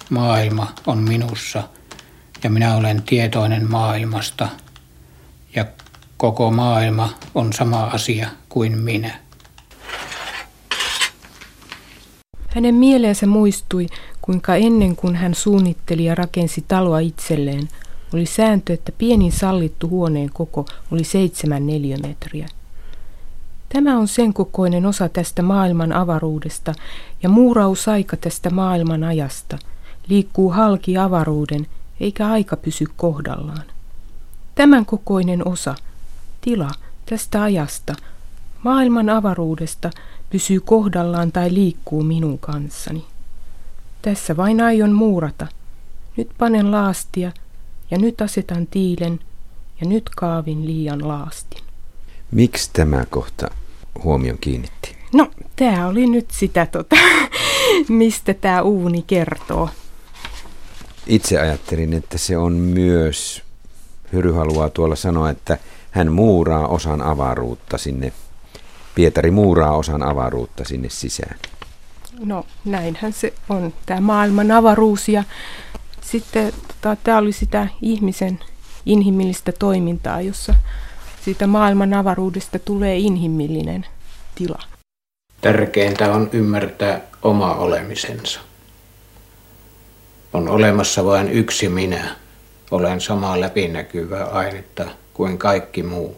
maailma on minussa ja minä olen tietoinen maailmasta ja koko maailma on sama asia kuin minä. Hänen mieleensä muistui, kuinka ennen kuin hän suunnitteli ja rakensi taloa itselleen, oli sääntö, että pienin sallittu huoneen koko oli 7 neliömetriä. Tämä on sen kokoinen osa tästä maailman avaruudesta ja muurausaika tästä maailman ajasta. Liikkuu halki avaruuden, eikä aika pysy kohdallaan. Tämän kokoinen osa, tila tästä ajasta, maailman avaruudesta, pysyy kohdallaan tai liikkuu minun kanssani. Tässä vain aion muurata. Nyt panen laastia ja nyt asetan tiilen ja nyt kaavin liian laastin. Miksi tämä kohta huomion kiinnitti? No, tämä oli nyt sitä, mistä tämä uuni kertoo. Itse ajattelin, että se on myös, Hyry haluaa tuolla sanoa, että hän muuraa osan avaruutta sinne, Pietari muuraa osan avaruutta sinne sisään. No, näinhän se on, tämä maailman avaruus ja sitten tämä oli sitä ihmisen inhimillistä toimintaa, jossa siitä maailman avaruudesta tulee inhimillinen tila. Tärkeintä on ymmärtää oma olemisensa. On olemassa vain yksi minä. Olen samaa läpinäkyvää ainetta kuin kaikki muu.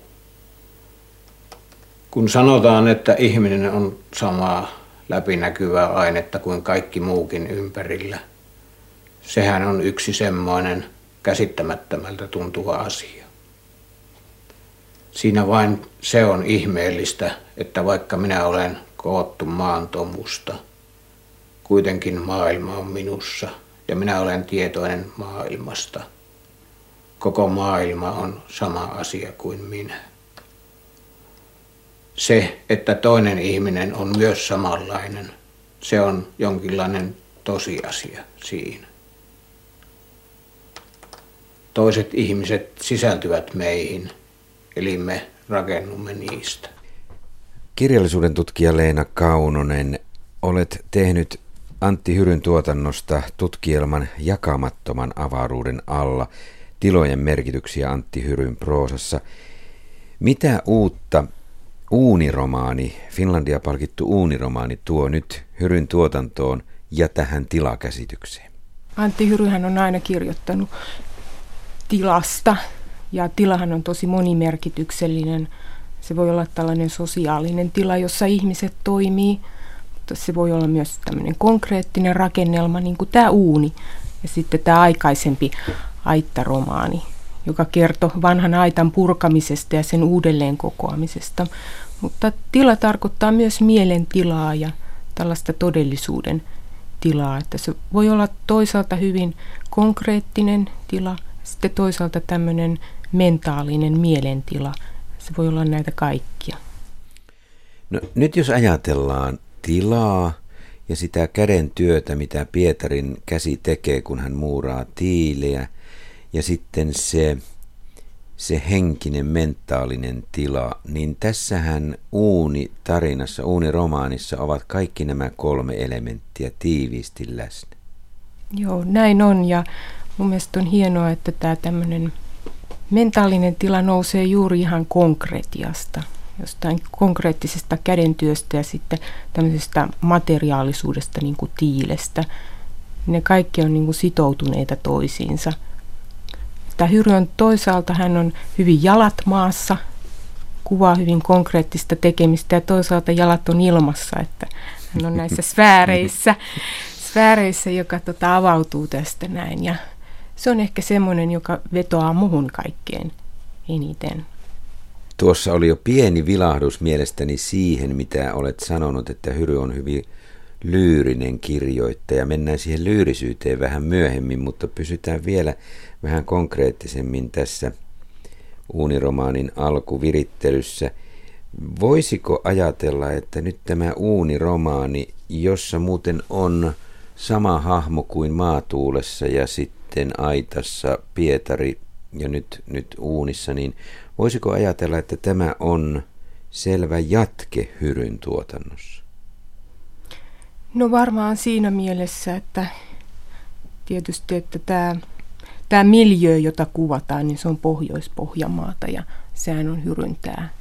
Kun sanotaan, että ihminen on samaa läpinäkyvää ainetta kuin kaikki muukin ympärillä, sehän on yksi semmoinen käsittämättömältä tuntuva asia. Siinä vain se on ihmeellistä, että vaikka minä olen koottu maantomusta, kuitenkin maailma on minussa ja minä olen tietoinen maailmasta. Koko maailma on sama asia kuin minä. Se, että toinen ihminen on myös samanlainen, se on jonkinlainen tosiasia siinä. Toiset ihmiset sisältyvät meihin, eli me rakennumme niistä. Kirjallisuuden tutkija Leena Kaunonen, olet tehnyt Antti Hyryn tuotannosta tutkielman Jakamattoman avaruuden alla, tilojen merkityksiä Antti Hyryn proosassa. Mitä uutta uuniromaani, Finlandia palkittu uuniromaani tuo nyt Hyryn tuotantoon ja tähän tilakäsitykseen? Antti Hyryhän on aina kirjoittanut tilasta ja tilahan on tosi monimerkityksellinen. Se voi olla tällainen sosiaalinen tila, jossa ihmiset toimii, mutta se voi olla myös tämmöinen konkreettinen rakennelma, niin kuin tämä uuni ja sitten tämä aikaisempi aittaromaani, joka kertoo vanhan aitan purkamisesta ja sen uudelleen kokoamisesta. Mutta tila tarkoittaa myös mielen tilaa ja tällaista todellisuuden tilaa, että se voi olla toisaalta hyvin konkreettinen tila, sitten toisaalta tämmöinen mentaalinen mielentila. Se voi olla näitä kaikkia. No, nyt jos ajatellaan tilaa ja sitä käden työtä, mitä Pietarin käsi tekee, kun hän muuraa tiiliä, ja sitten se henkinen, mentaalinen tila, niin tässähän uunitarinassa, uuniromaanissa ovat kaikki nämä 3 elementtiä tiiviisti läsnä. Joo, näin on, ja mun mielestä on hienoa, että tämä tämmöinen mentaalinen tila nousee juuri ihan konkretiasta, jostain konkreettisesta kädentyöstä ja sitten tämmöisestä materiaalisuudesta, niin kuin tiilestä. Ne kaikki on niin kuin sitoutuneita toisiinsa. Tämä Hyry on toisaalta, hän on hyvin jalat maassa, kuvaa hyvin konkreettista tekemistä ja toisaalta jalat on ilmassa, että hän on näissä sfääreissä, joka avautuu tästä näin. Ja se on ehkä semmoinen, joka vetoaa muhun kaikkein eniten. Tuossa oli jo pieni vilahdus mielestäni siihen, mitä olet sanonut, että Hyry on hyvin lyyrinen kirjoittaja. Mennään siihen lyyrisyyteen vähän myöhemmin, mutta pysytään vielä vähän konkreettisemmin tässä uuniromaanin alkuvirittelyssä. Voisiko ajatella, että nyt tämä uuniromaani, jossa muuten on sama hahmo kuin Maatuulessa ja sitten Aitassa Pietari ja nyt uunissa, niin voisiko ajatella, että tämä on selvä jatke Hyryn tuotannossa? No varmaan siinä mielessä, että tietysti, että tämä miljöö, jota kuvataan, niin se on Pohjois-Pohjanmaata ja sehän on Hyryn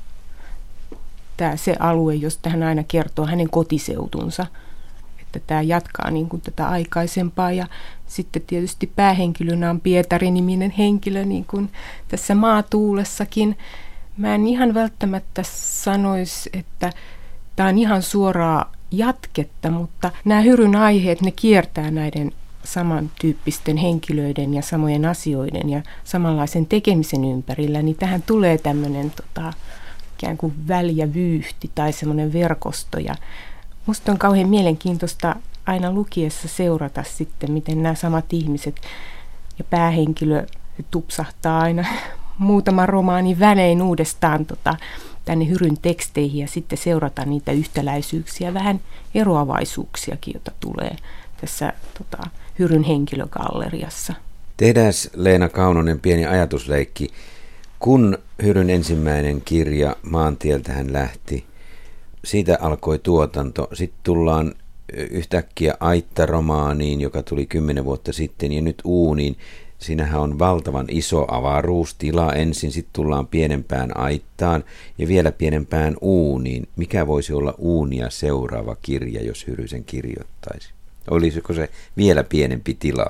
tämä se alue, josta hän aina kertoo hänen kotiseutunsa. Että tämä jatkaa niin kuin tätä aikaisempaa ja sitten tietysti päähenkilönä on Pietari-niminen henkilö niin kuin tässä Maatuulessakin. Mä en ihan välttämättä sanoisi, että tämä on ihan suoraa jatketta, mutta nämä Hyryn aiheet, ne kiertää näiden samantyyppisten henkilöiden ja samojen asioiden ja samanlaisen tekemisen ympärillä, niin tähän tulee tämmöinen ikään kuin väljä vyyhti tai semmoinen verkosto. Ja musta on kauhean mielenkiintoista aina lukiessa seurata sitten, miten nämä samat ihmiset ja päähenkilö tupsahtaa aina muutaman romaanin välein uudestaan tänne Hyryn teksteihin ja sitten seurata niitä yhtäläisyyksiä, vähän eroavaisuuksiakin, joita tulee tässä Hyryn henkilögalleriassa. Tehdään Leena Kaunonen pieni ajatusleikki. Kun Hyryn ensimmäinen kirja Maantieltä hän lähti, siitä alkoi tuotanto. Sitten tullaan yhtäkkiä Aitta-romaaniin, joka tuli 10 vuotta sitten, ja nyt Uuniin. Siinähän on valtavan iso avaruustila ensin, sitten tullaan pienempään Aittaan ja vielä pienempään Uuniin. Mikä voisi olla Uunia seuraava kirja, jos Hyry sen kirjoittaisi? Olisiko se vielä pienempi tila?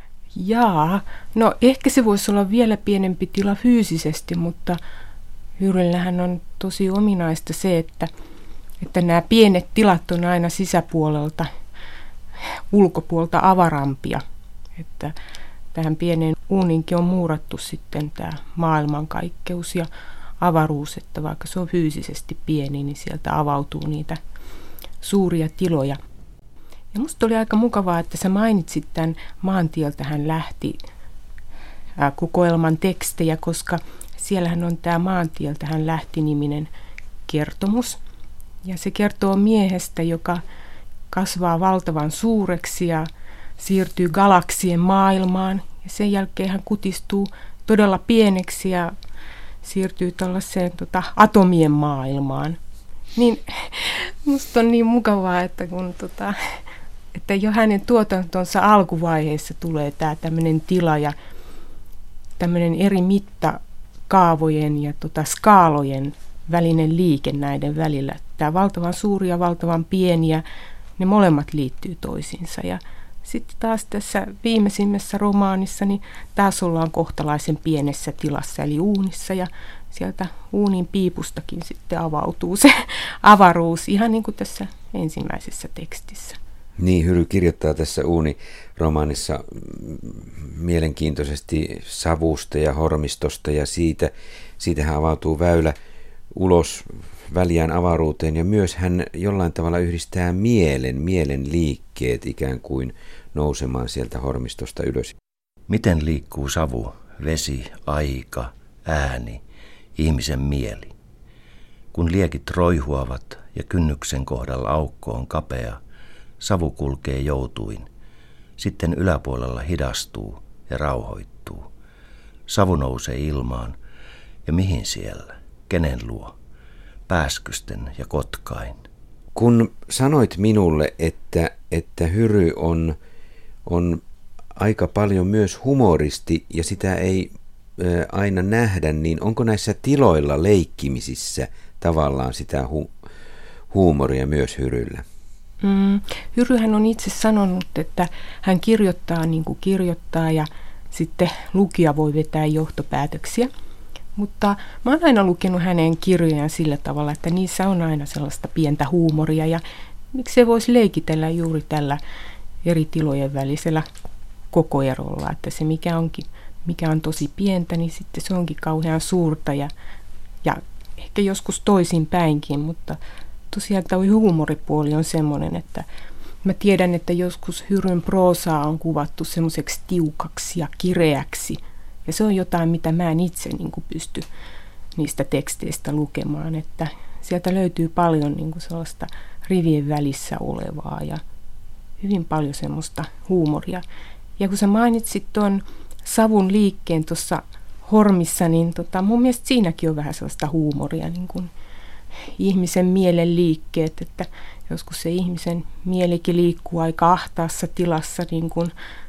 Jaa, no ehkä se voisi olla vielä pienempi tila fyysisesti, mutta Hyryllähän on tosi ominaista se, että nämä pienet tilat on aina sisäpuolelta, ulkopuolta avarampia. Että tähän pieneen uuninkin on muurattu sitten tämä maailmankaikkeus ja avaruus, että vaikka se on fyysisesti pieni, niin sieltä avautuu niitä suuria tiloja. Ja musta oli aika mukavaa, että sä mainitsit tämän Maantieltä hän lähti kokoelman tekstejä, koska siellähän on tämä Maantieltä hän lähti -niminen kertomus. Ja se kertoo miehestä, joka kasvaa valtavan suureksi ja siirtyy galaksien maailmaan. Ja sen jälkeen hän kutistuu todella pieneksi ja siirtyy tällaiseen atomien maailmaan. Niin musta on niin mukavaa, että kun että jo hänen tuotantonsa alkuvaiheessa tulee tämä tämmöinen tila ja tämmöinen eri mittakaavojen ja skaalojen välinen liike näiden välillä. Tämä valtavan suuri ja valtavan pieni ja ne molemmat liittyy toisiinsa. Ja sitten taas tässä viimeisimmässä romaanissa niin taas ollaan kohtalaisen pienessä tilassa eli uunissa ja sieltä uunin piipustakin sitten avautuu se avaruus ihan niin kuin tässä ensimmäisessä tekstissä. Niin, Hyry kirjoittaa tässä Uuni-romaanissa mielenkiintoisesti savusta ja hormistosta ja siitähän avautuu väylä ulos väljään avaruuteen ja myös hän jollain tavalla yhdistää mielen liikkeet ikään kuin nousemaan sieltä hormistosta ylös. Miten liikkuu savu, vesi, aika, ääni, ihmisen mieli? Kun liekit roihuavat ja kynnyksen kohdalla aukko on kapea, savu kulkee joutuin, sitten yläpuolella hidastuu ja rauhoittuu. Savu nousee ilmaan, ja mihin siellä, kenen luo, pääskysten ja kotkain. Kun sanoit minulle, että Hyry on aika paljon myös humoristi ja sitä ei aina nähdä, niin onko näissä tiloilla leikkimisissä tavallaan sitä huumoria myös Hyryllä? Hyryhän on itse sanonut, että hän kirjoittaa niin kuin kirjoittaa ja sitten lukija voi vetää johtopäätöksiä. Mutta mä oon aina lukenut hänen kirjojaan sillä tavalla, että niissä on aina sellaista pientä huumoria ja miksei voisi leikitellä juuri tällä eri tilojen välisellä kokoerolla, että se mikä on tosi pientä, niin sitten se onkin kauhean suurta ja ehkä joskus toisinpäinkin, mutta tosiaan tuo huumoripuoli on semmoinen, että mä tiedän, että joskus Hyryn proosaa on kuvattu semmoiseksi tiukaksi ja kireäksi. Ja se on jotain, mitä mä en itse pysty niistä teksteistä lukemaan. Että sieltä löytyy paljon sellaista rivien välissä olevaa ja hyvin paljon semmoista huumoria. Ja kun sä mainitsit tuon savun liikkeen tuossa hormissa, niin mun mielestä siinäkin on vähän sellaista huumoria, niin kuin ihmisen mielen liikkeet, että joskus se ihmisen mielikin liikkuu aika ahtaassa tilassa niin kuin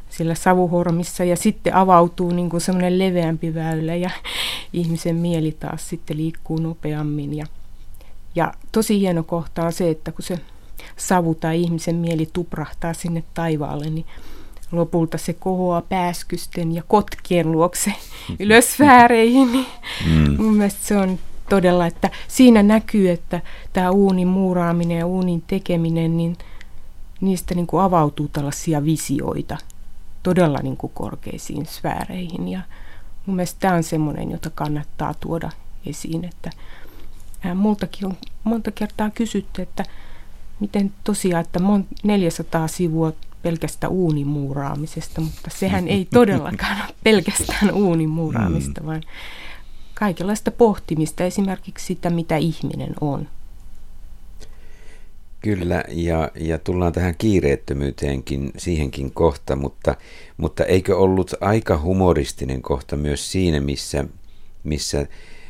sillä savuhormissa ja sitten avautuu niin kuin semmoinen leveämpi väylä ja ihmisen mieli taas sitten liikkuu nopeammin. Ja tosi hieno kohta on se, että kun se savu tai ihmisen mieli tuprahtaa sinne taivaalle, niin lopulta se kohoaa pääskysten ja kotkien luokse ylös sfääreihin. Niin mun mielestä se on todella, että siinä näkyy, että tämä uunin muuraaminen ja uunin tekeminen, niin niistä niin kuin avautuu tällaisia visioita todella niin kuin korkeisiin sfääreihin. Ja mun mielestä tämä on semmoinen, jota kannattaa tuoda esiin, että multakin on monta kertaa kysytty, että miten tosiaan, että 400 sivua pelkästään uunin muuraamisesta, mutta sehän ei todellakaan ole pelkästään uunin muuraamista, vaan kaikenlaista pohtimista, esimerkiksi sitä, mitä ihminen on. Kyllä, ja tullaan tähän kiireettömyyteenkin, siihenkin kohta, mutta eikö ollut aika humoristinen kohta myös siinä, missä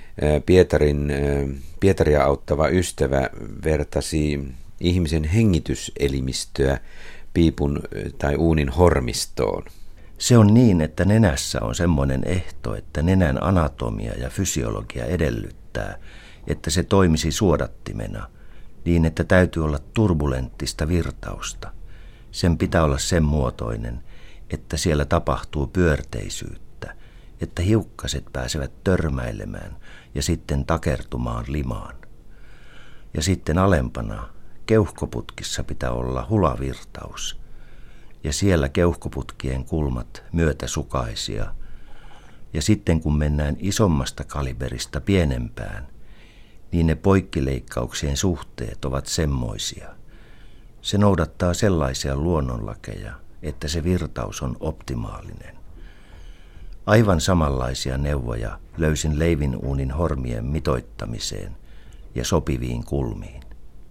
Pietaria auttava ystävä vertasi ihmisen hengityselimistöä piipun tai uunin hormistoon. Se on niin, että nenässä on semmoinen ehto, että nenän anatomia ja fysiologia edellyttää, että se toimisi suodattimena, niin että täytyy olla turbulenttista virtausta. Sen pitää olla sen muotoinen, että siellä tapahtuu pyörteisyyttä, että hiukkaset pääsevät törmäilemään ja sitten takertumaan limaan. Ja sitten alempana keuhkoputkissa pitää olla hulavirtaus, ja siellä keuhkoputkien kulmat myötäsukaisia. Ja sitten kun mennään isommasta kaliberista pienempään, niin ne poikkileikkauksien suhteet ovat semmoisia. Se noudattaa sellaisia luonnonlakeja, että se virtaus on optimaalinen. Aivan samanlaisia neuvoja löysin leivinuunin hormien mitoittamiseen ja sopiviin kulmiin.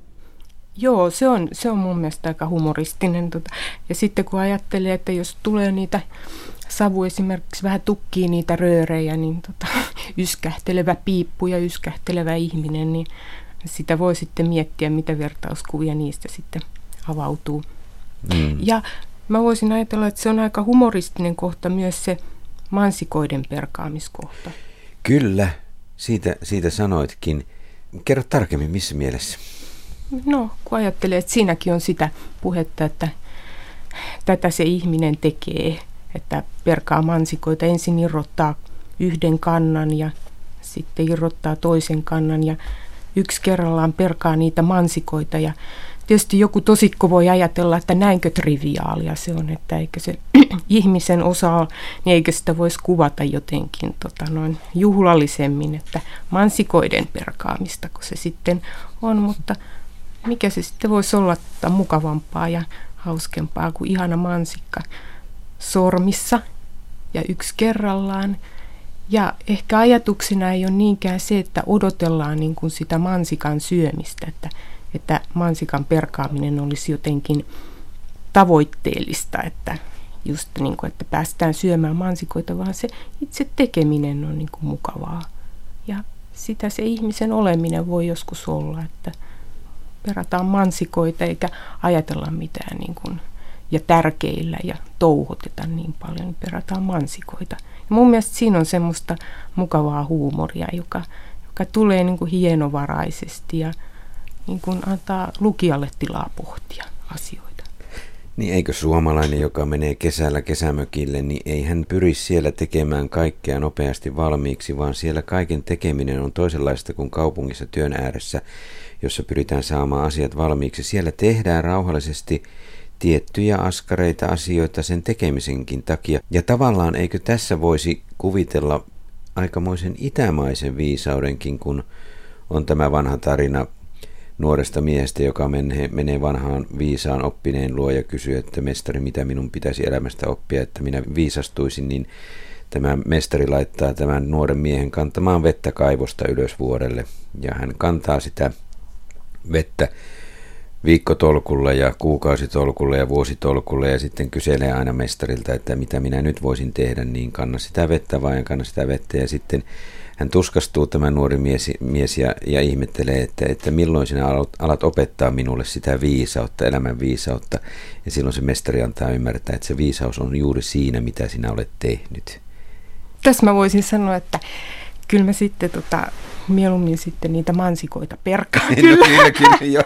Joo, se on mun mielestä aika humoristinen. Ja sitten kun ajattelee, että jos tulee niitä savu esimerkiksi vähän tukkii niitä röörejä, niin yskähtelevä piippu ja yskähtelevä ihminen, niin sitä voi sitten miettiä, mitä vertauskuvia niistä sitten avautuu. Ja mä voisin ajatella, että se on aika humoristinen kohta myös se mansikoiden perkaamiskohta. Kyllä, siitä sanoitkin. Kerro tarkemmin, missä mielessä? No, kun ajattelee, että siinäkin on sitä puhetta, että tätä se ihminen tekee, että perkaa mansikoita. Ensin irrottaa yhden kannan ja sitten irrottaa toisen kannan ja yksi kerrallaan perkaa niitä mansikoita. Ja tietysti joku tosikko voi ajatella, että näinkö triviaalia se on, että eikö se ihmisen osa, niin eikö sitä voisi kuvata jotenkin noin juhlallisemmin, että mansikoiden perkaamista, kun se sitten on, mutta mikä se sitten voisi olla mukavampaa ja hauskempaa kuin ihana mansikka sormissa ja yksi kerrallaan. Ja ehkä ajatuksena ei ole niinkään se, että odotellaan niin kuin sitä mansikan syömistä, että mansikan perkaaminen olisi jotenkin tavoitteellista, että just niin kuin, että päästään syömään mansikoita, vaan se itse tekeminen on niin kuin mukavaa. Ja sitä se ihmisen oleminen voi joskus olla, että perataan mansikoita eikä ajatella mitään niin kuin, ja tärkeillä ja touhoteta niin paljon, niin perataan mansikoita. Ja mun mielestä siinä on semmoista mukavaa huumoria, joka tulee niin kuin hienovaraisesti ja niin kuin antaa lukijalle tilaa pohtia asioita. Niin eikö suomalainen, joka menee kesällä kesämökille, niin ei hän pyri siellä tekemään kaikkea nopeasti valmiiksi, vaan siellä kaiken tekeminen on toisenlaista kuin kaupungissa työn ääressä, jossa pyritään saamaan asiat valmiiksi. Siellä tehdään rauhallisesti tiettyjä askareita asioita sen tekemisenkin takia. Ja tavallaan eikö tässä voisi kuvitella aikamoisen itämaisen viisaudenkin, kun on tämä vanha tarina nuoresta miehestä, joka menee vanhaan viisaan oppineen luo ja kysyy, että mestari, mitä minun pitäisi elämästä oppia, että minä viisastuisin, niin tämä mestari laittaa tämän nuoren miehen kantamaan vettä kaivosta ylös vuorelle ja hän kantaa sitä vettä viikkotolkulla ja kuukausitolkulla ja vuositolkulla ja sitten kyselee aina mestarilta, että mitä minä nyt voisin tehdä, niin kanna sitä vettä vai en kanna sitä vettä. Ja sitten hän tuskastuu, tämä nuori mies ja ihmettelee, että milloin sinä alat opettaa minulle sitä viisautta, elämän viisautta. Ja silloin se mestari antaa ymmärtää, että se viisaus on juuri siinä, mitä sinä olet tehnyt. Tässä mä voisin sanoa, että kyllä mä sitten mieluummin sitten niitä mansikoita perkaan. Kyllä, joo.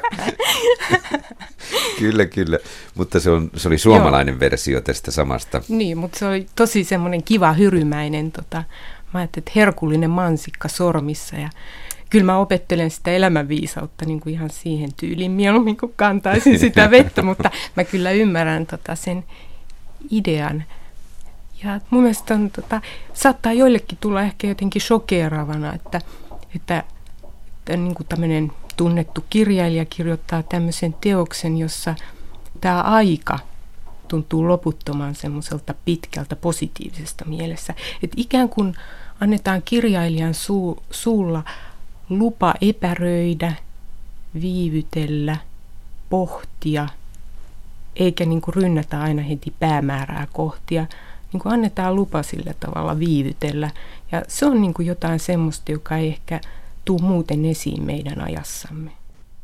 Kyllä. Mutta se oli suomalainen versio tästä samasta. Niin, mutta se oli tosi semmoinen kiva hyrymäinen. Mä ajattelin, että herkullinen mansikka sormissa ja kyllä mä opettelen sitä elämänviisautta niin kuin ihan siihen tyyliin mieluummin, kun kantaisin sitä vettä, mutta mä kyllä ymmärrän sen idean. Ja mun mielestä saattaa joillekin tulla ehkä jotenkin shokeeravana, että niin kuin tämmöinen tunnettu kirjailija kirjoittaa tämmöisen teoksen, jossa tämä aika tuntuu loputtoman semmoiselta pitkältä positiivisesta mielessä. Että ikään kuin annetaan kirjailijan suulla lupa epäröidä, viivytellä, pohtia, eikä niin kuin rynnätä aina heti päämäärää kohti. Niin kuin annetaan lupa sillä tavalla viivytellä. Ja se on niin kuin jotain semmoista, joka ei ehkä tule muuten esiin meidän ajassamme.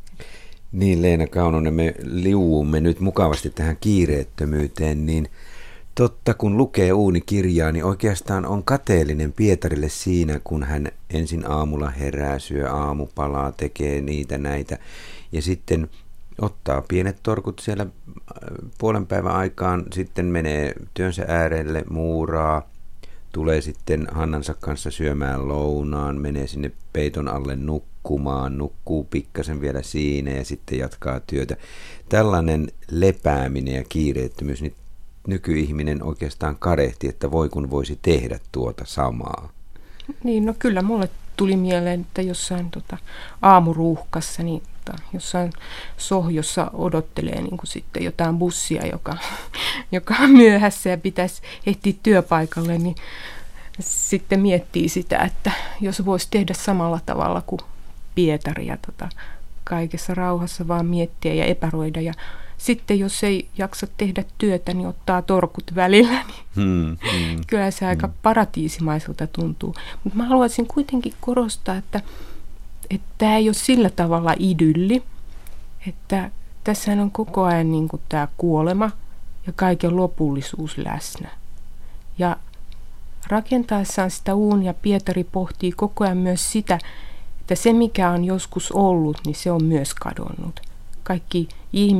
Niin, Leena Kaunonen, me liuumme nyt mukavasti tähän kiireettömyyteen, niin totta kun lukee Uunikirjaa, niin oikeastaan on kateellinen Pietarille siinä, kun hän ensin aamulla herää, syö aamupalaa, tekee niitä näitä ja sitten ottaa pienet torkut siellä puolen päivän aikaan, sitten menee työnsä äärelle, muuraa, tulee sitten Hannansa kanssa syömään lounaan, menee sinne peiton alle nukkumaan, nukkuu pikkasen vielä siinä ja sitten jatkaa työtä. Tällainen lepääminen ja kiireettömyys, niin nykyihminen oikeastaan kadehti, että voi kun voisi tehdä tuota samaa. Niin, no kyllä mulle tuli mieleen, että jossain aamuruuhkassa, niin jossain sohjossa odottelee niin kuin sitten jotain bussia, joka on myöhässä ja pitäisi ehtiä työpaikalle, niin sitten miettii sitä, että jos voisi tehdä samalla tavalla kuin Pietari ja kaikessa rauhassa vaan miettiä ja epäröidä ja sitten jos ei jaksa tehdä työtä, niin ottaa torkut välillä, niin kyllä se aika paratiisimaiselta tuntuu. Mutta mä haluaisin kuitenkin korostaa, että tämä ei ole sillä tavalla idylli, että tässä on koko ajan niin kuin tämä kuolema ja kaiken lopullisuus läsnä. Ja rakentaessaan sitä uunia Pietari pohtii koko ajan myös sitä, että se mikä on joskus ollut, niin se on myös kadonnut. Kaikki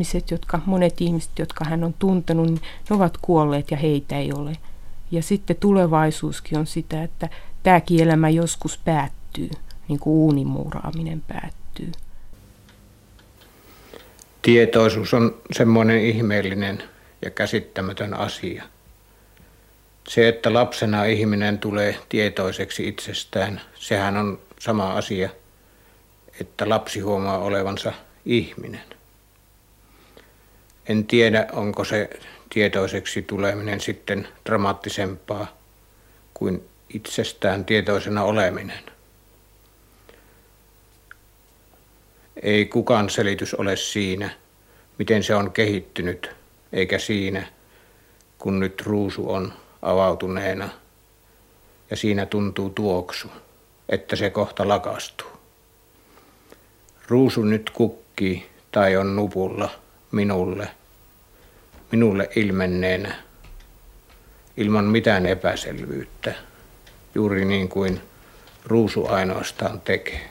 monet ihmiset, jotka hän on tuntenut, niin ne ovat kuolleet ja heitä ei ole. Ja sitten tulevaisuuskin on sitä, että tämäkin elämä joskus päättyy, niin kuin uunimuuraaminen päättyy. Tietoisuus on semmoinen ihmeellinen ja käsittämätön asia. Se, että lapsena ihminen tulee tietoiseksi itsestään, sehän on sama asia, että lapsi huomaa olevansa ihminen. En tiedä, onko se tietoiseksi tuleminen sitten dramaattisempaa kuin itsestään tietoisena oleminen. Ei kukaan selitys ole siinä, miten se on kehittynyt, eikä siinä, kun nyt ruusu on avautuneena ja siinä tuntuu tuoksu, että se kohta lakastuu. Ruusu nyt kukkii tai on nupulla minulle ilmenneenä, ilman mitään epäselvyyttä, juuri niin kuin ruusu ainoastaan tekee.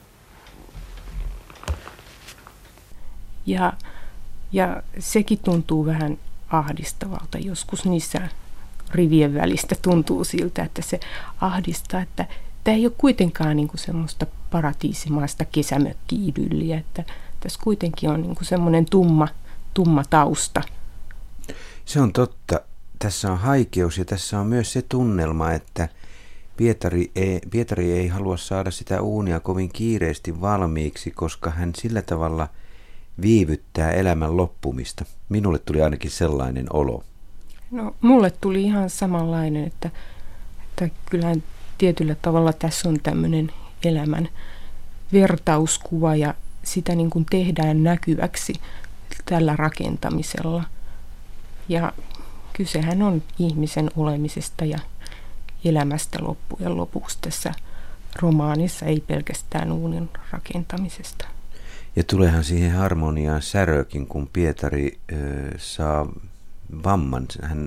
Ja sekin tuntuu vähän ahdistavalta. Joskus niissä rivien välistä tuntuu siltä, että se ahdistaa, että tämä ei ole kuitenkaan niin kuin semmoista paratiisimaista kesämökki-idylliä, että tässä kuitenkin on niin kuin semmoinen tumma tausta. Se on tässä on haikeus ja tässä on myös se tunnelma, että Pietari ei halua saada sitä uunia kovin kiireesti valmiiksi, koska hän sillä tavalla viivyttää elämän loppumista. Minulle tuli ainakin sellainen olo. No, mulle tuli ihan samanlainen, että kyllähän tietyllä tavalla tässä on tämmöinen elämän vertauskuva ja sitä niin kuin tehdään näkyväksi tällä rakentamisella. Ja kysehän on ihmisen olemisesta ja elämästä loppujen lopuksi tässä romaanissa, ei pelkästään uunin rakentamisesta. Ja tuleehan siihen harmoniaan särökin, kun Pietari saa vamman.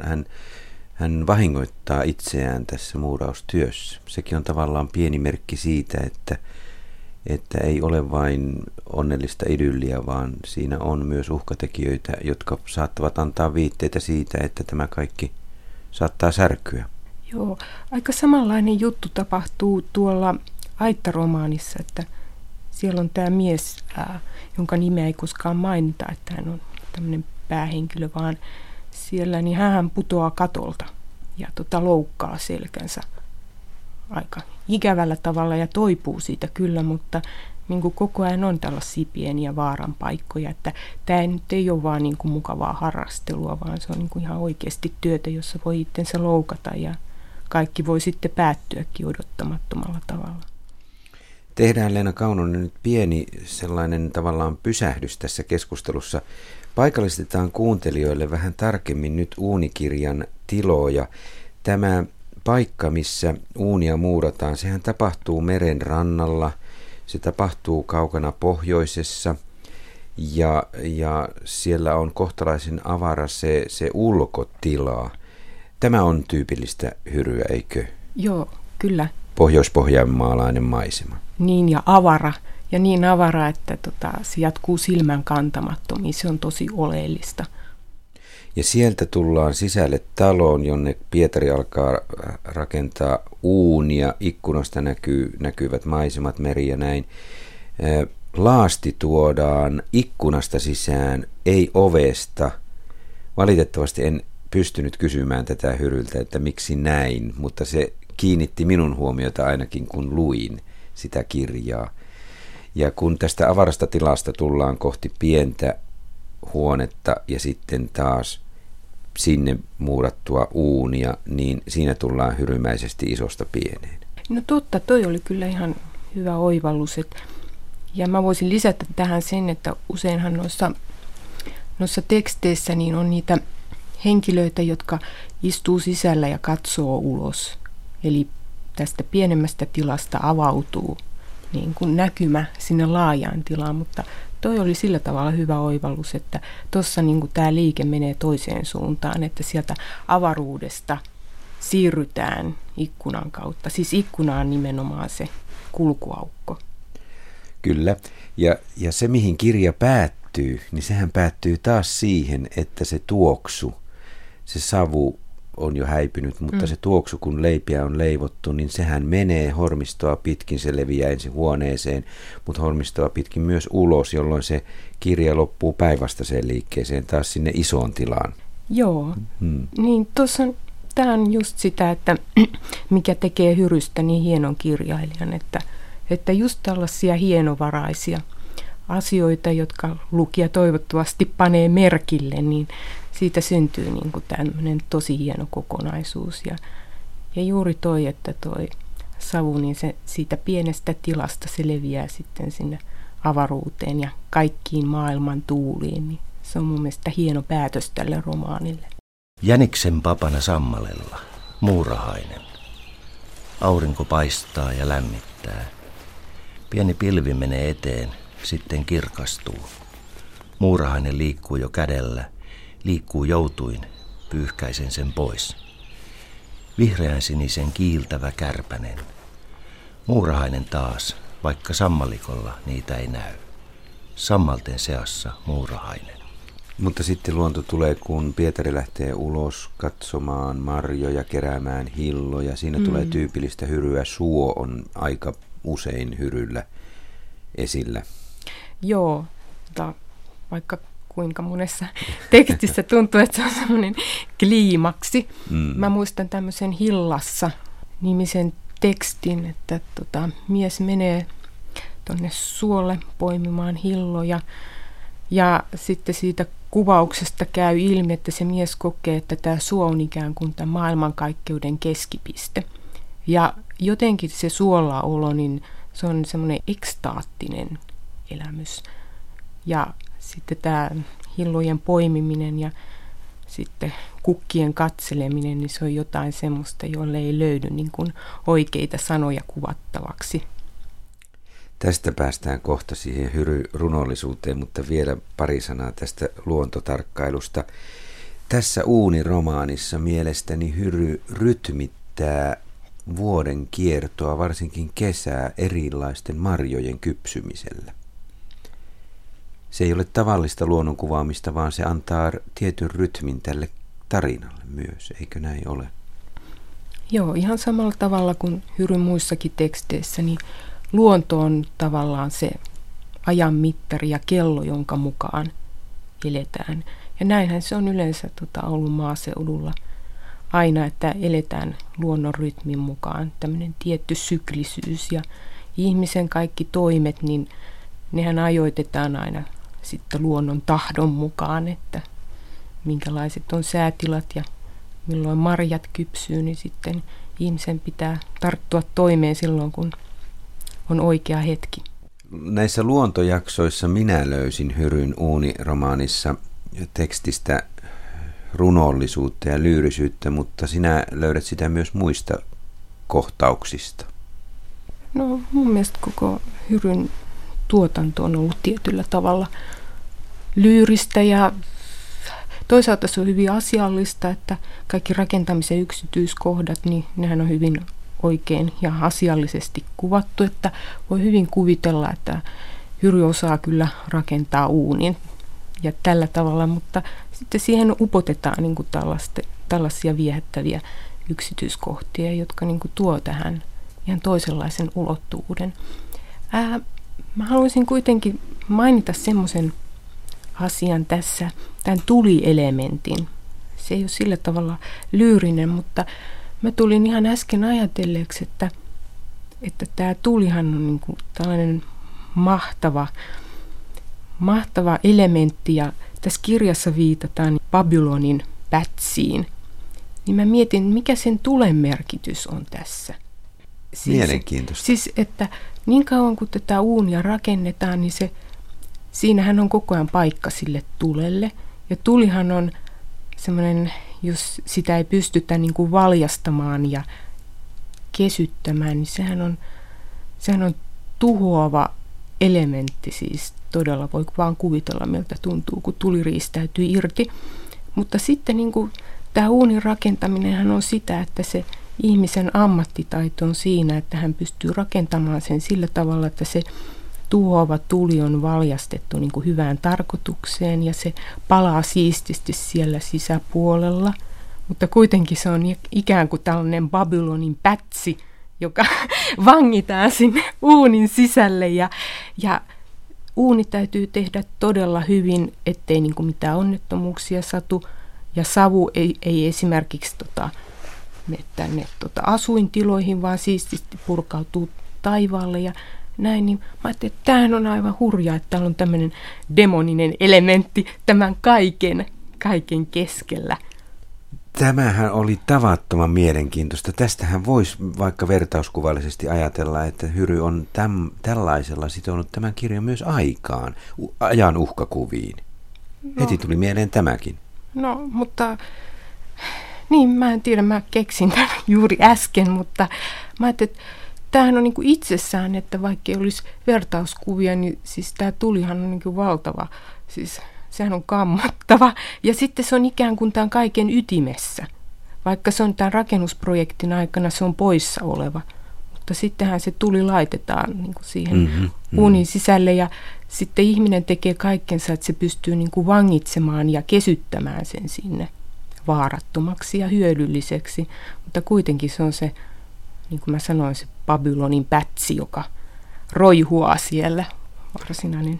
Hän vahingoittaa itseään tässä muuraustyössä. Sekin on tavallaan pieni merkki siitä, että ei ole vain onnellista idylliä, vaan siinä on myös uhkatekijöitä, jotka saattavat antaa viitteitä siitä, että tämä kaikki saattaa särkyä. Joo, aika samanlainen juttu tapahtuu tuolla Aitta-romaanissa, että siellä on tämä mies, jonka nimeä ei koskaan mainita, että hän on tämmöinen päähenkilö, vaan siellä niin hän putoaa katolta ja loukkaa selkänsä aika ikävällä tavalla ja toipuu siitä kyllä, mutta niin kuin koko ajan on tällaisia pieniä vaaran paikkoja, että tämä nyt ei ole vaan niin kuin mukavaa harrastelua, vaan se on niin kuin ihan oikeasti työtä, jossa voi itsensä loukata ja kaikki voi sitten päättyäkin odottamattomalla tavalla. Tehdään Leena Kaunonen nyt pieni sellainen tavallaan pysähdys tässä keskustelussa. Paikallistetaan kuuntelijoille vähän tarkemmin nyt uunikirjan tiloja. Tämä paikka, missä uunia muurataan, sehän tapahtuu meren rannalla, se tapahtuu kaukana pohjoisessa ja siellä on kohtalaisen avara se ulkotila. Tämä on tyypillistä Hyryä, eikö? Joo, kyllä. Pohjois-pohjanmaalainen maisema. Niin ja avara. Ja niin avara, että se jatkuu silmän kantamattomiin. Se on tosi oleellista. Ja sieltä tullaan sisälle taloon, jonne Pietari alkaa rakentaa uunia. Ikkunasta näkyvät maisemat, meri ja näin. Laasti tuodaan ikkunasta sisään, ei ovesta. Valitettavasti en pystynyt kysymään tätä Hyryltä, että miksi näin, mutta se kiinnitti minun huomiota ainakin, kun luin sitä kirjaa. Ja kun tästä avarasta tilasta tullaan kohti pientä huonetta ja sitten taas sinne muurattua uunia, niin siinä tullaan hyrymäisesti isosta pieneen. No totta, toi oli kyllä ihan hyvä oivallus. Ja mä voisin lisätä tähän sen, että useinhan noissa teksteissä niin on niitä henkilöitä, jotka istuu sisällä ja katsoo ulos. Eli tästä pienemmästä tilasta avautuu niin kuin näkymä sinne laajaan tilaan, mutta toi oli sillä tavalla hyvä oivallus, että tuossa niin tämä liike menee toiseen suuntaan, että sieltä avaruudesta siirrytään ikkunan kautta. Siis ikkuna on nimenomaan se kulkuaukko. Kyllä, ja se mihin kirja päättyy, niin sehän päättyy taas siihen, että se tuoksu, se savu on jo häipynyt, mutta se tuoksu, kun leipiä on leivottu, niin sehän menee hormistoa pitkin, se leviää ensin huoneeseen, mutta hormistoa pitkin myös ulos, jolloin se kirja loppuu päinvastaiseen liikkeeseen taas sinne isoon tilaan. Joo, niin tämä on just sitä, että mikä tekee Hyrystä niin hienon kirjailijan, että just tällaisia hienovaraisia asioita, jotka lukija toivottavasti panee merkille, niin siitä syntyy niin kuin tämmöinen tosi hieno kokonaisuus. Ja juuri toi, että toi savu, niin se siitä pienestä tilasta se leviää sitten sinne avaruuteen ja kaikkiin maailman tuuliin. Niin se on mun mielestä hieno päätös tälle romaanille. Jäniksen papana sammalella, muurahainen. Aurinko paistaa ja lämmittää. Pieni pilvi menee eteen, sitten kirkastuu. Muurahainen liikkuu jo kädellä. Liikkuu joutuin, pyyhkäisen sen pois. Vihreän sinisen kiiltävä kärpänen. Muurahainen taas, vaikka sammalikolla niitä ei näy. Sammalten seassa muurahainen. Mutta sitten luonto tulee, kun Pietari lähtee ulos katsomaan marjoja, keräämään hilloja. Siinä tulee tyypillistä Hyryä. Suo on aika usein Hyryllä esillä. Joo, vaikka kuinka monessa tekstissä tuntuu, että se on semmoinen kliimaksi. Mä muistan tämmöisen Hillassa-nimisen tekstin, että mies menee tuonne suolle poimimaan hilloja ja sitten siitä kuvauksesta käy ilmi, että se mies kokee, että tämä suo on ikään kuin tämä maailmankaikkeuden keskipiste. Ja jotenkin se suollaolo, niin se on semmoinen ekstaattinen elämys. Ja sitten tämä hillojen poimiminen ja sitten kukkien katseleminen, niin se on jotain semmoista, jolle ei löydy niin kuin oikeita sanoja kuvattavaksi. Tästä päästään kohta siihen Hyry-runollisuuteen, mutta vielä pari sanaa tästä luontotarkkailusta. Tässä Uuni-romaanissa mielestäni Hyry rytmittää vuoden kiertoa, varsinkin kesää, erilaisten marjojen kypsymisellä. Se ei ole tavallista luonnonkuvaamista, vaan se antaa tietyn rytmin tälle tarinalle myös, eikö näin ole? Joo, ihan samalla tavalla kuin Hyryn muissakin teksteissä, niin luonto on tavallaan se ajan mittari ja kello, jonka mukaan eletään. Ja näinhän se on yleensä ollut maaseudulla aina, että eletään luonnon rytmin mukaan, tämmöinen tietty syklisyys. Ja ihmisen kaikki toimet, niin nehän ajoitetaan aina sitten luonnon tahdon mukaan, että minkälaiset on säätilat ja milloin marjat kypsyy, niin sitten ihmisen pitää tarttua toimeen silloin, kun on oikea hetki. Näissä luontojaksoissa minä löysin Hyryn Uuni-romaanissa tekstistä runollisuutta ja lyyrisyyttä, mutta sinä löydät sitä myös muista kohtauksista. No mun mielestä koko Hyryn tuotanto on ollut tietyllä tavalla lyyristä ja toisaalta se on hyvin asiallista, että kaikki rakentamisen yksityiskohdat, niin nehän on hyvin oikein ja asiallisesti kuvattu, että voi hyvin kuvitella, että Hyry osaa kyllä rakentaa uunin ja tällä tavalla, mutta sitten siihen upotetaan niin kuin tällaisia viehättäviä yksityiskohtia, jotka niin kuin tuo tähän ihan toisenlaisen ulottuvuuden. Mä haluaisin kuitenkin mainita semmoisen asian tässä, tämän tulielementin. Se ei ole sillä tavalla lyyrinen, mutta mä tulin ihan äsken ajatelleeksi, että tämä tulihan on niin kuin tällainen mahtava elementti, ja tässä kirjassa viitataan Babylonin pätsiin. Niin mä mietin, mikä sen tulen merkitys on tässä. Mielenkiintoista. Siis, että niin kauan kun tätä uunia rakennetaan, niin siinähän on koko ajan paikka sille tulelle. Ja tulihan on semmoinen, jos sitä ei pystytä niin kuin valjastamaan ja kesyttämään, niin sehän on tuhoava elementti. Siis todella voi vaan kuvitella, miltä tuntuu, kun tuli riistäytyy irti. Mutta sitten niin kuin tämä uunin rakentaminenhan on sitä, että se ihmisen ammattitaito on siinä, että hän pystyy rakentamaan sen sillä tavalla, että se tuhoava tuli on valjastettu niin kuin hyvään tarkoitukseen ja se palaa siististi siellä sisäpuolella. Mutta kuitenkin se on ikään kuin tällainen Babylonin pätsi, joka vangitaan sinne uunin sisälle ja uuni täytyy tehdä todella hyvin, ettei niin kuin mitään onnettomuuksia satu ja savu ei esimerkiksi mene tänne asuintiloihin, vaan siististi purkautuu taivaalle ja näin, niin mä ajattelin, että tämähän on aivan hurjaa, että täällä on tämmöinen demoninen elementti tämän kaiken keskellä. Tämähän oli tavattoman mielenkiintoista. Tästähän voisi vaikka vertauskuvallisesti ajatella, että Hyry on tällaisella sitonut tämän kirjan myös aikaan, ajan uhkakuviin. Heti tuli mieleen tämäkin. No, mutta niin, mä en tiedä, mä keksin tämän juuri äsken, mutta mä ajattelin, että tämähän on niin kuin itsessään, että vaikka ei olisi vertauskuvia, niin siis tämä tulihan on niin kuin valtava, siis sehän on kammottava. Ja sitten se on ikään kuin tämän kaiken ytimessä, vaikka se on tämän rakennusprojektin aikana, se on poissa oleva. Mutta sittenhän se tuli laitetaan niin kuin siihen uunin sisälle ja sitten ihminen tekee kaikkensa, että se pystyy niin kuin vangitsemaan ja kesyttämään sen sinne vaarattomaksi ja hyödylliseksi. Mutta kuitenkin se on se, niin kuin mä sanoin, se Babylonin pätsi, joka roihuaa siellä, varsinainen.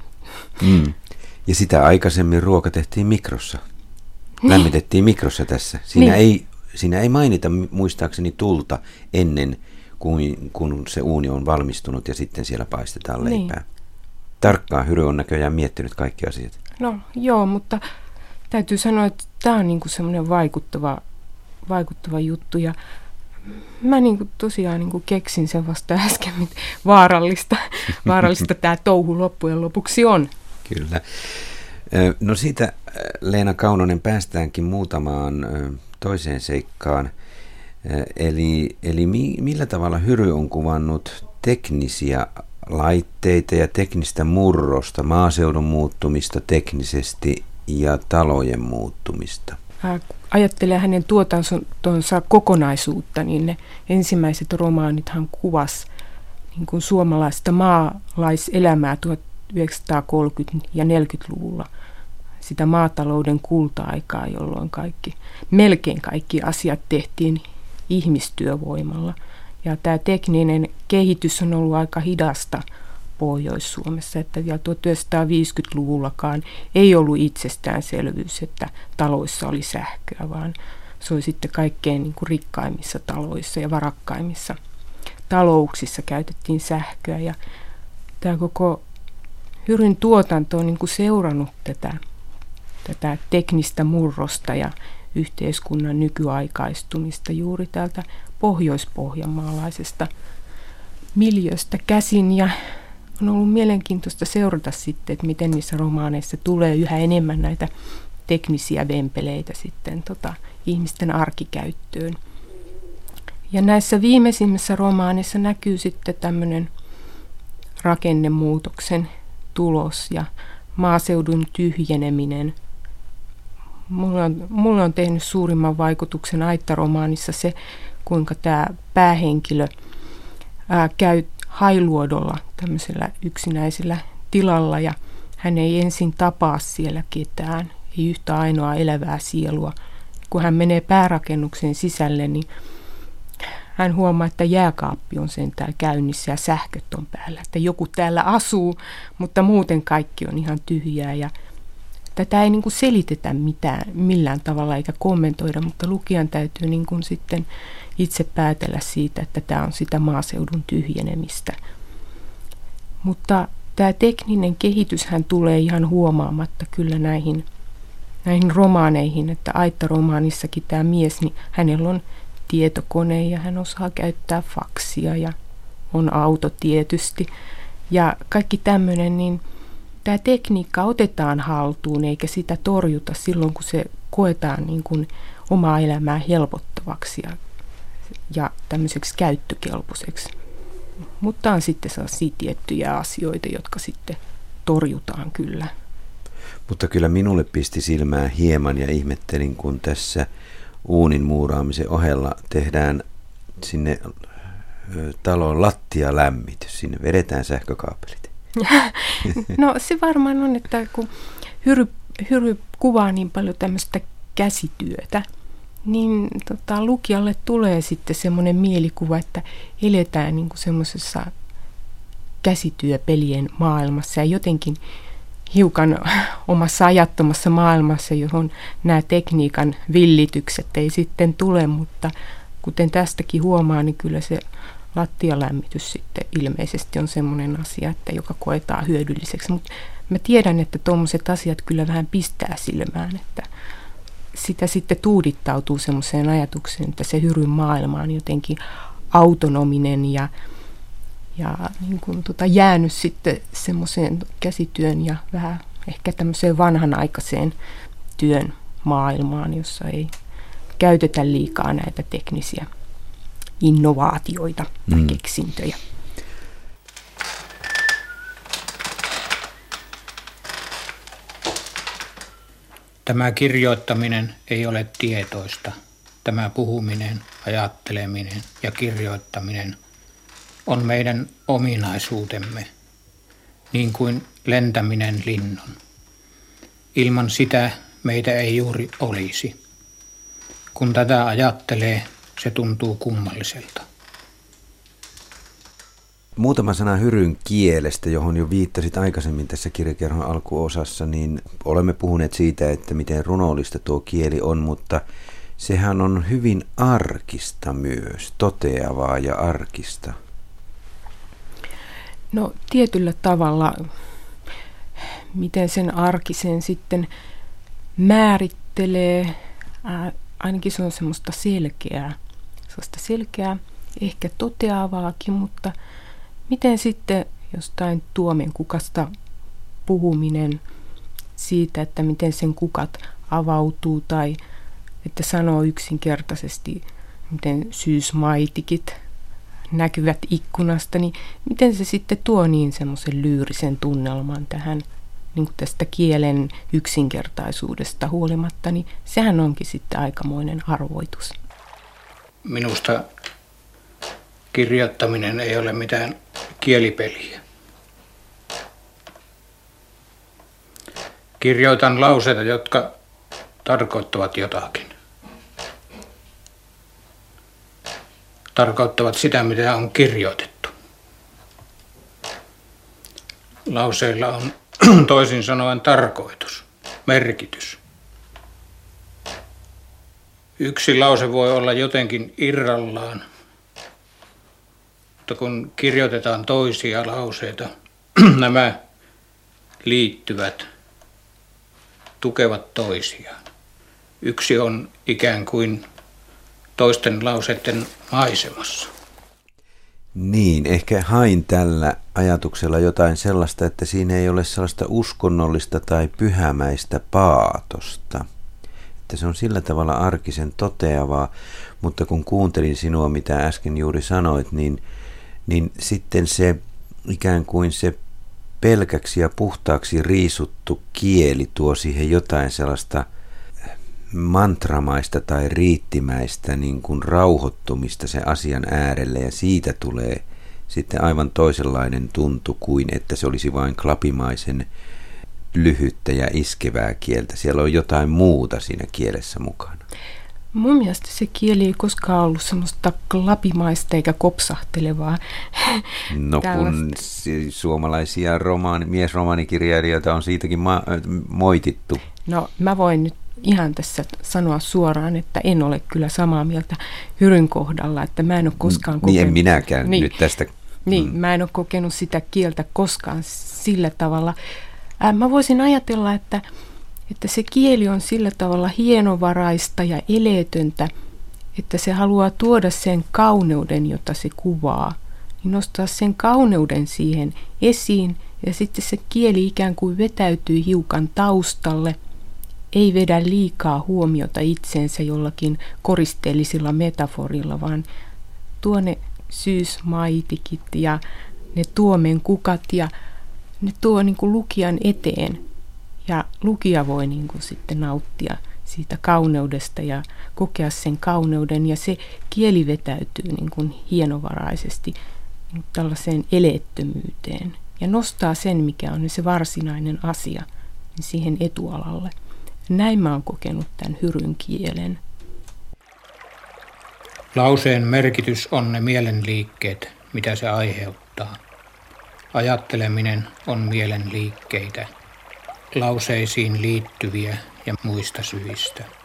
Ja sitä aikaisemmin ruoka tehtiin mikrossa. Lämmitettiin mikrossa tässä. Siinä ei mainita muistaakseni tulta ennen kun se uuni on valmistunut ja sitten siellä paistetaan leipää. Niin. Tarkkaan Hyry on näköjään miettinyt kaikki asiat. No joo, mutta täytyy sanoa, että tämä on niinku semmoinen vaikuttava juttu. Ja Mä tosiaan keksin sen vasta äsken, mitä vaarallista tämä touhu loppujen lopuksi on. Kyllä. No siitä, Leena Kaunonen, päästäänkin muutamaan toiseen seikkaan. Eli millä tavalla Hyry on kuvannut teknisiä laitteita ja teknistä murrosta, maaseudun muuttumista teknisesti ja talojen muuttumista? Ajattelee hänen tuotantonsa kokonaisuutta, niin ne ensimmäiset romaanithan kuvasi niin kuin suomalaista maalaiselämää 1930- ja 40-luvulla. Sitä maatalouden kulta-aikaa, jolloin melkein kaikki asiat tehtiin ihmistyövoimalla. Ja tämä tekninen kehitys on ollut aika hidasta Pohjois-Suomessa, että vielä 1950-luvullakaan ei ollut itsestäänselvyys, että taloissa oli sähköä, vaan se oli sitten kaikkein rikkaimmissa taloissa ja varakkaimmissa talouksissa käytettiin sähköä. Ja tämä koko Hyryn tuotanto on seurannut tätä teknistä murrosta ja yhteiskunnan nykyaikaistumista juuri täältä pohjoispohjanmaalaisesta miljöstä käsin, ja on ollut mielenkiintoista seurata sitten, että miten niissä romaaneissa tulee yhä enemmän näitä teknisiä vempeleitä sitten ihmisten arkikäyttöön. Ja näissä viimeisimmissä romaaneissa näkyy sitten tämmöinen rakennemuutoksen tulos ja maaseudun tyhjeneminen. Mulle on tehnyt suurimman vaikutuksen Aitta-romaanissa se, kuinka tämä päähenkilö käy Hailuodolla tämmöisellä yksinäisellä tilalla, ja hän ei ensin tapaa siellä ketään, ei yhtä ainoa elävää sielua. Kun hän menee päärakennuksen sisälle, niin hän huomaa, että jääkaappi on sentään käynnissä ja sähköt on päällä. Että joku täällä asuu, mutta muuten kaikki on ihan tyhjää. Ja tätä ei selitetä millään tavalla eikä kommentoida, mutta lukijan täytyy sitten itse päätellä siitä, että tämä on sitä maaseudun tyhjenemistä. Mutta tämä tekninen kehityshän tulee ihan huomaamatta kyllä näihin romaaneihin, että Aitta-romaanissakin tämä mies, niin hänellä on tietokone ja hän osaa käyttää faksia ja on auto tietysti. Ja kaikki tämmöinen, niin tämä tekniikka otetaan haltuun eikä sitä torjuta silloin, kun se koetaan omaa elämää helpottavaksi ja tämmöiseksi käyttökelpoiseksi. Mutta on sitten sellaisia tiettyjä asioita, jotka sitten torjutaan kyllä. Mutta kyllä minulle pisti silmään hieman ja ihmettelin, kun tässä uunin muuraamisen ohella tehdään sinne talon lattialämmitys. Sinne vedetään sähkökaapelit. No se varmaan on, että kun Hyry kuvaa niin paljon tämmöistä käsityötä, niin lukijalle tulee sitten semmoinen mielikuva, että eletään semmoisessa käsityöpelien maailmassa ja jotenkin hiukan omassa ajattomassa maailmassa, johon nämä tekniikan villitykset ei sitten tule, mutta kuten tästäkin huomaa, niin kyllä se lattialämmitys sitten ilmeisesti on semmoinen asia, että joka koetaan hyödylliseksi. Mutta mä tiedän, että tuommoiset asiat kyllä vähän pistää silmään, että sitä sitten tuudittautuu semmoiseen ajatukseen, että se Hyryn maailma on jotenkin autonominen ja jäänyt sitten semmoiseen käsityön ja vähän ehkä tämmöiseen vanhanaikaiseen työn maailmaan, jossa ei käytetä liikaa näitä teknisiä innovaatioita tai keksintöjä. Tämä kirjoittaminen ei ole tietoista. Tämä puhuminen, ajatteleminen ja kirjoittaminen on meidän ominaisuutemme, niin kuin lentäminen linnun. Ilman sitä meitä ei juuri olisi. Kun tätä ajattelee, se tuntuu kummalliselta. Muutama sana Hyryn kielestä, johon jo viittasit aikaisemmin tässä kirjakerhon alkuosassa, niin olemme puhuneet siitä, että miten runollista tuo kieli on, mutta sehän on hyvin arkista myös, toteavaa ja arkista. No tietyllä tavalla, miten sen arkisen sitten määrittelee, ainakin se on semmoista selkeää. sellaista selkeää, ehkä toteavaakin, mutta miten sitten jostain tuomenkukasta puhuminen siitä, että miten sen kukat avautuu tai että sanoo yksinkertaisesti, miten syysmaitikit näkyvät ikkunasta, niin miten se sitten tuo niin semmoisen lyyrisen tunnelman tähän niin kuin tästä kielen yksinkertaisuudesta huolimatta, niin sehän onkin sitten aikamoinen arvoitus. Minusta kirjoittaminen ei ole mitään kielipeliä. Kirjoitan lauseita, jotka tarkoittavat jotakin. Tarkoittavat sitä, mitä on kirjoitettu. Lauseilla on toisin sanoen tarkoitus, merkitys. Yksi lause voi olla jotenkin irrallaan, mutta kun kirjoitetaan toisia lauseita, nämä liittyvät, tukevat toisiaan. Yksi on ikään kuin toisten lauseiden maisemassa. Niin, ehkä hain tällä ajatuksella jotain sellaista, että siinä ei ole sellaista uskonnollista tai pyhämäistä paatosta. Että se on sillä tavalla arkisen toteavaa, mutta kun kuuntelin sinua, mitä äsken juuri sanoit, niin sitten se ikään kuin se pelkäksi ja puhtaaksi riisuttu kieli tuo siihen jotain sellaista mantramaista tai riittimäistä niin kuin rauhoittumista sen asian äärelle, ja siitä tulee sitten aivan toisenlainen tuntu kuin että se olisi vain klapimaisen lyhyttä ja iskevää kieltä. Siellä on jotain muuta siinä kielessä mukana. Mun mielestä se kieli ei koskaan ollut semmoista klapimaista eikä kopsahtelevaa. No kun suomalaisia miesromaanikirjailijoita on siitäkin moitittu. No mä voin nyt ihan tässä sanoa suoraan, että en ole kyllä samaa mieltä Hyryn kohdalla, että mä en ole koskaan kokenut. Niin en minäkään nyt tästä. Niin, mä en ole kokenut sitä kieltä koskaan sillä tavalla. Mä voisin ajatella, että se kieli on sillä tavalla hienovaraista ja eleetöntä, että se haluaa tuoda sen kauneuden, jota se kuvaa, niin nostaa sen kauneuden siihen esiin, ja sitten se kieli ikään kuin vetäytyy hiukan taustalle, ei vedä liikaa huomiota itseensä jollakin koristeellisilla metaforilla, vaan tuo ne syysmaitikit ja ne tuomenkukat ja ne tuo niin kuin lukijan eteen. Ja lukija voi niin kuin sitten nauttia siitä kauneudesta ja kokea sen kauneuden, ja se kieli vetäytyy niin kuin hienovaraisesti niin tällaiseen eleettömyyteen ja nostaa sen, mikä on se varsinainen asia, niin siihen etualalle. Näin mä oon kokenut tämän Hyryn kielen. Lauseen merkitys on ne mielenliikkeet, mitä se aiheuttaa. Ajatteleminen on mielenliikkeitä, lauseisiin liittyviä ja muista syistä.